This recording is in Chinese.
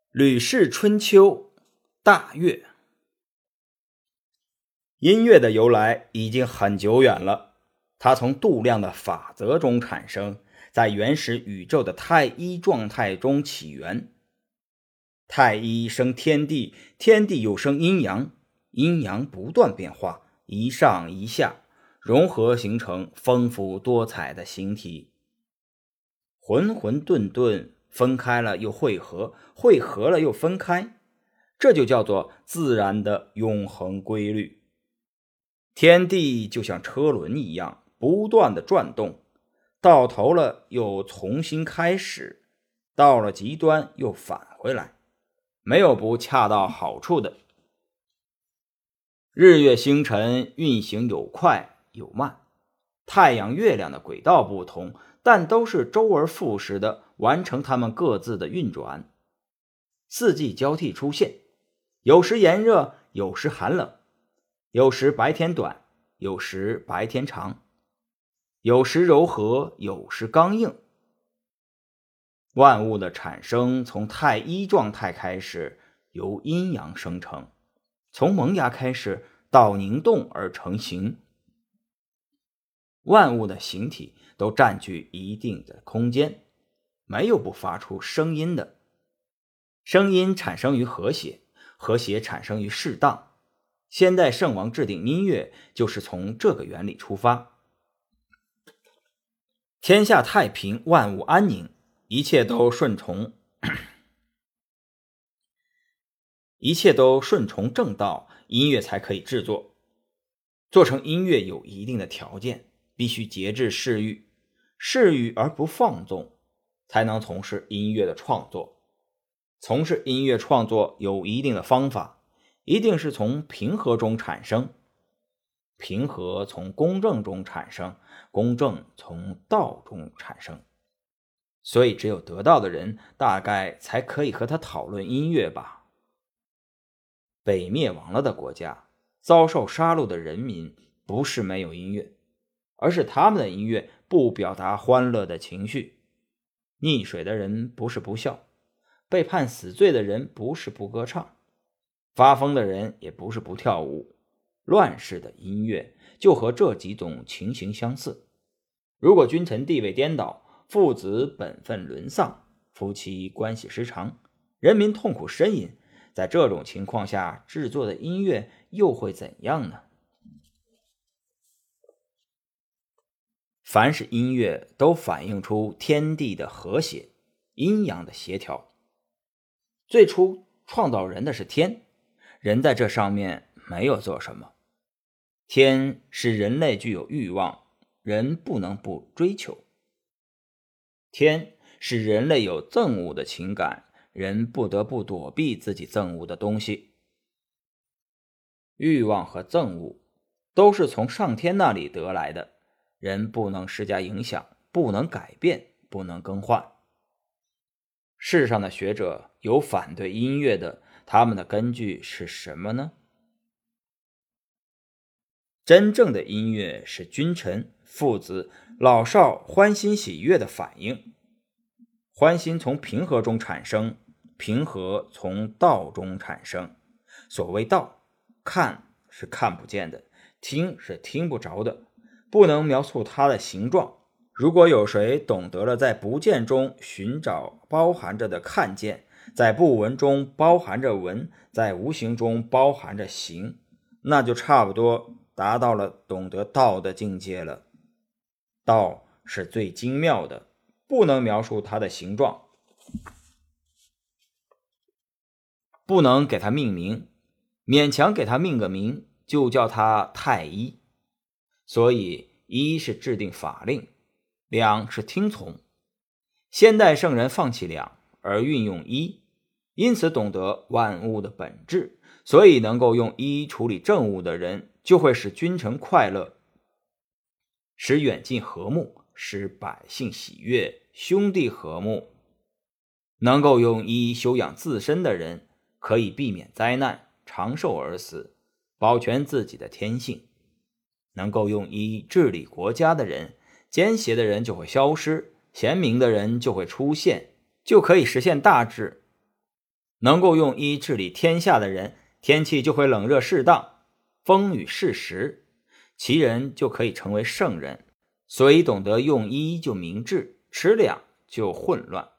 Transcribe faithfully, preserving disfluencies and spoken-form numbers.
吕氏春秋大乐。音乐的由来已经很久远了，它从度量的法则中产生，在原始宇宙的太一状态中起源。太一生天地，天地又生阴阳，阴阳不断变化，一上一下，融合形成丰富多彩的形体。混混沌沌，分开了又汇合，汇合了又分开，这就叫做自然的永恒规律。天地就像车轮一样不断的转动，到头了又重新开始，到了极端又返回来，没有不恰到好处的。日月星辰运行有快有慢，太阳月亮的轨道不同，但都是周而复始的完成它们各自的运转。四季交替出现，有时炎热，有时寒冷，有时白天短，有时白天长，有时柔和，有时刚硬。万物的产生从太一状态开始，由阴阳生成，从萌芽开始到凝冻而成形。万物的形体都占据一定的空间，没有不发出声音的。声音产生于和谐，和谐产生于适当。先代圣王制定音乐，就是从这个原理出发。天下太平，万物安宁，一切都顺从一切都顺从正道，音乐才可以制作。做成音乐有一定的条件，必须节制嗜欲，嗜欲而不放纵，才能从事音乐的创作。从事音乐创作有一定的方法，一定是从平和中产生，平和从公正中产生，公正从道中产生。所以只有得道的人大概才可以和他讨论音乐吧。被灭亡了的国家，遭受杀戮的人民，不是没有音乐，而是他们的音乐不表达欢乐的情绪。溺水的人不是不笑，被判死罪的人不是不歌唱，发疯的人也不是不跳舞。乱世的音乐就和这几种情形相似。如果君臣地位颠倒，父子本分沦丧，夫妻关系失常，人民痛苦呻吟，在这种情况下制作的音乐又会怎样呢？凡是音乐都反映出天地的和谐，阴阳的协调。最初创造人的是天，人在这上面没有做什么。天使人类具有欲望，人不能不追求。天使人类有憎恶的情感，人不得不躲避自己憎恶的东西。欲望和憎恶都是从上天那里得来的，人不能施加影响，不能改变，不能更换。世上的学者有反对音乐的，他们的根据是什么呢？真正的音乐是君臣、父子、老少欢欣喜悦的反应。欢欣从平和中产生，平和从道中产生。所谓道，看是看不见的，听是听不着的，不能描述它的形状。如果有谁懂得了在不见中寻找包含着的看见，在不闻中包含着闻，在无形中包含着形，那就差不多达到了懂得道的境界了。道是最精妙的，不能描述它的形状，不能给它命名，勉强给它命个名，就叫它太一。所以一是制定法令，两是听从。先代圣人放弃两而运用一，因此懂得万物的本质，所以能够用一处理政务的人，就会使君臣快乐，使远近和睦，使百姓喜悦，兄弟和睦。能够用一修养自身的人，可以避免灾难，长寿而死，保全自己的天性。能够用一治理国家的人，奸邪的人就会消失，贤明的人就会出现，就可以实现大治。 能够用医治理天下的人，天气就会冷热适当，风雨适时，其人就可以成为圣人。所以懂得用医就明智，持两就混乱。